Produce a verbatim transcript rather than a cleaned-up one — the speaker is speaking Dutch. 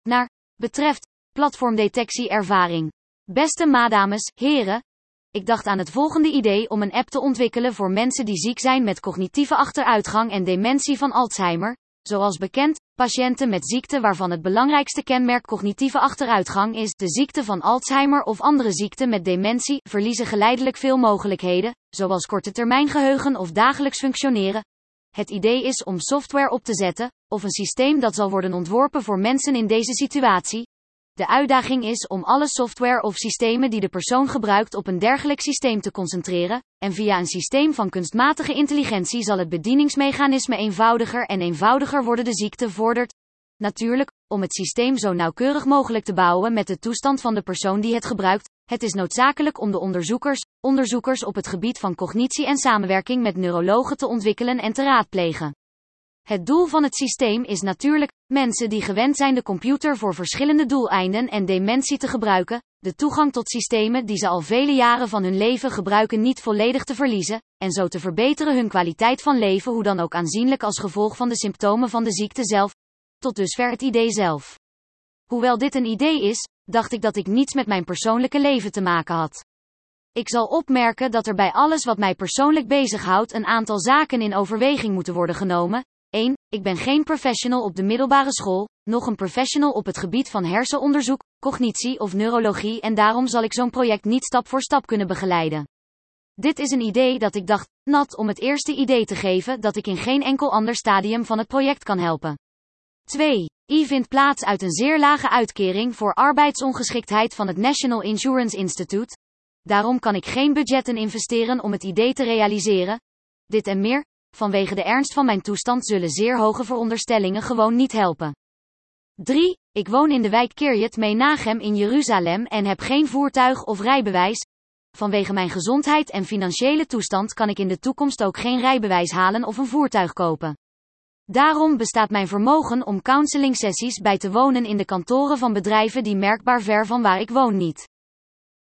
naar betreft platformdetectie-ervaring. Beste madames, heren, ik dacht aan het volgende idee om een app te ontwikkelen voor mensen die ziek zijn met cognitieve achteruitgang en dementie van Alzheimer. Zoals bekend, patiënten met ziekte waarvan het belangrijkste kenmerk cognitieve achteruitgang is, de ziekte van Alzheimer of andere ziekten met dementie, verliezen geleidelijk veel mogelijkheden, zoals korte termijn geheugen of dagelijks functioneren. Het idee is om software op te zetten, of een systeem dat zal worden ontworpen voor mensen in deze situatie. De uitdaging is om alle software of systemen die de persoon gebruikt op een dergelijk systeem te concentreren, en via een systeem van kunstmatige intelligentie zal het bedieningsmechanisme eenvoudiger en eenvoudiger worden. De ziekte vordert natuurlijk, om het systeem zo nauwkeurig mogelijk te bouwen met de toestand van de persoon die het gebruikt. Het is noodzakelijk om de onderzoekers, onderzoekers op het gebied van cognitie en samenwerking met neurologen te ontwikkelen en te raadplegen. Het doel van het systeem is natuurlijk, mensen die gewend zijn de computer voor verschillende doeleinden en dementie te gebruiken, de toegang tot systemen die ze al vele jaren van hun leven gebruiken niet volledig te verliezen, en zo te verbeteren hun kwaliteit van leven, hoe dan ook aanzienlijk als gevolg van de symptomen van de ziekte zelf. Tot dusver het idee zelf. Hoewel dit een idee is, dacht ik dat ik niets met mijn persoonlijke leven te maken had. Ik zal opmerken dat er bij alles wat mij persoonlijk bezighoudt een aantal zaken in overweging moeten worden genomen. één. Ik ben geen professional op de middelbare school, noch een professional op het gebied van hersenonderzoek, cognitie of neurologie en daarom zal ik zo'n project niet stap voor stap kunnen begeleiden. Dit is een idee dat ik dacht, nat om het eerste idee te geven dat ik in geen enkel ander stadium van het project kan helpen. twee. I vindt plaats uit een zeer lage uitkering voor arbeidsongeschiktheid van het National Insurance Institute. Daarom kan ik geen budgetten investeren om het idee te realiseren. Dit en meer, vanwege de ernst van mijn toestand zullen zeer hoge veronderstellingen gewoon niet helpen. drie. Ik woon in de wijk Kiryat Menachem in Jeruzalem en heb geen voertuig of rijbewijs. Vanwege mijn gezondheid en financiële toestand kan ik in de toekomst ook geen rijbewijs halen of een voertuig kopen. Daarom bestaat mijn vermogen om counseling sessies bij te wonen in de kantoren van bedrijven die merkbaar ver van waar ik woon niet.